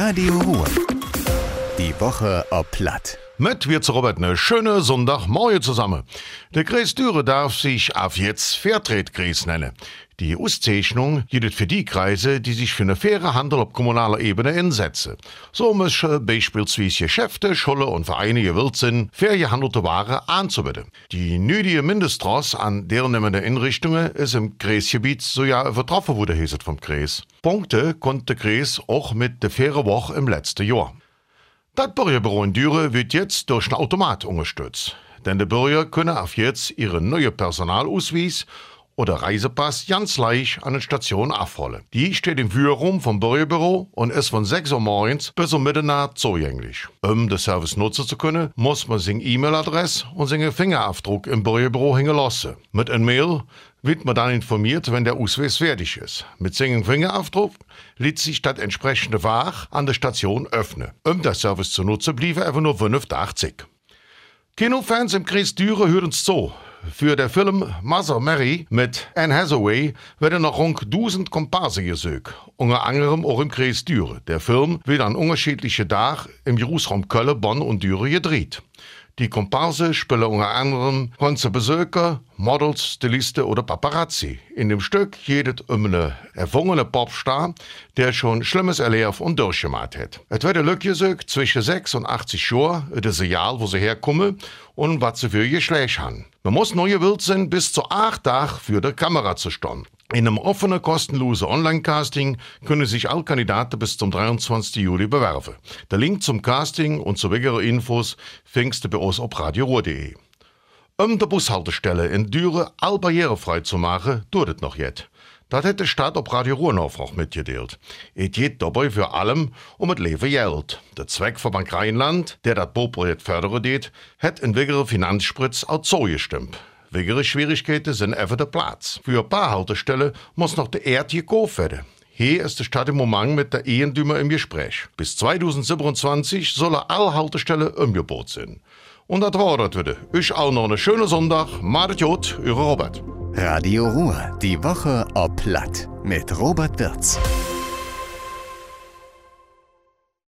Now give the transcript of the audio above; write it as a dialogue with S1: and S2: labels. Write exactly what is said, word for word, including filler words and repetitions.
S1: Radio Ruhr. Die Woche ob Platt.
S2: Mit wir zu Robert eine schöne Sonntagmorgen zusammen. Der Kreis Düre darf sich auf jetzt Fairtrade-Kreis nennen. Die Auszeichnung gilt für die Kreise, die sich für eine faire Handel auf kommunaler Ebene einsetzen. So müssen beispielsweise Geschäfte, Schulen und Vereine gewillt sind, fair gehandelte Waren anzubieten. Die nötige Mindeststraße an deren Einrichtungen ist im Kreisgebiet so ja übertroffen wurde, heißt es vom Kreis. Punkte konnte der Kreis auch mit der faire Woche im letzten Jahr. Das Bürgerbüro in Düre wird jetzt durch einen Automat unterstützt. Denn die Bürger können auf jetzt ihren neuen Personalausweis oder Reisepass ganz leicht an der Station abholen. Die steht im Führerraum vom Bürgerbüro und ist von sechs Uhr morgens bis um Mitternacht zugänglich. Um den Service nutzen zu können, muss man seine E-Mail-Adresse und seinen Fingerabdruck im Bürgerbüro hängen lassen. Mit einem Mail wird man dann informiert, wenn der Ausweis fertig ist. Mit seinem Fingerabdruck lässt sich das entsprechende Fach an der Station öffnen. Um den Service zu nutzen, blieben einfach nur fünfundachtzig. Kinofans im Kreis Düre hören uns zu. Für den Film Mother Mary mit Anne Hathaway werden noch rund tausend Komparse gesucht, unter anderem auch im Kreis Düre. Der Film wird an unterschiedlichen Tagen im Großraum Köln, Bonn und Düre gedreht. Die Komparse spielen unter anderem ganze Besucher, Models, Stilisten oder Paparazzi. In dem Stück geht es um einen erfungenen Popstar, der schon Schlimmes erlebt und durchgemacht hat. Es wird ein Lücke gesucht zwischen sechs und achtzig Jahren, das Jahr, wo sie herkommen und was sie für Geschlecht haben. Man muss neu gewillt sein, bis zu acht Tage für die Kamera zu stehen. In einem offenen, kostenlosen Online-Casting können sich alle Kandidaten bis zum dreiundzwanzigsten Juli bewerben. Der Link zum Casting und zu weiteren Infos findest du bei uns auf radio ruhr punkt de. Um die Bushaltestelle in Düre all barrierefrei zu machen, tut es noch jetzt. Das hat die Stadt auf Radio Ruhr auch mitgeteilt. Es geht dabei für allem um das Leben Geld. Der Zweck von Bank Rheinland, der das Bauprojekt fördern tät, hat in wegere Finanzspritz auch zugestimmt. Wegere Schwierigkeiten sind einfach der Platz. Für ein paar Haltestellen muss noch der Erd gekauft werden. Hier ist die Stadt im Moment mit der Eigentümer im Gespräch. Bis zweitausendsiebenundzwanzig sollen alle Haltestellen umgebaut sein. Und das war das wieder. Euch auch noch einen schönen Sonntag. Macht gut, eure Robert.
S1: Radio Ruhr. Die Woche ob Platt. Mit Robert Wirz.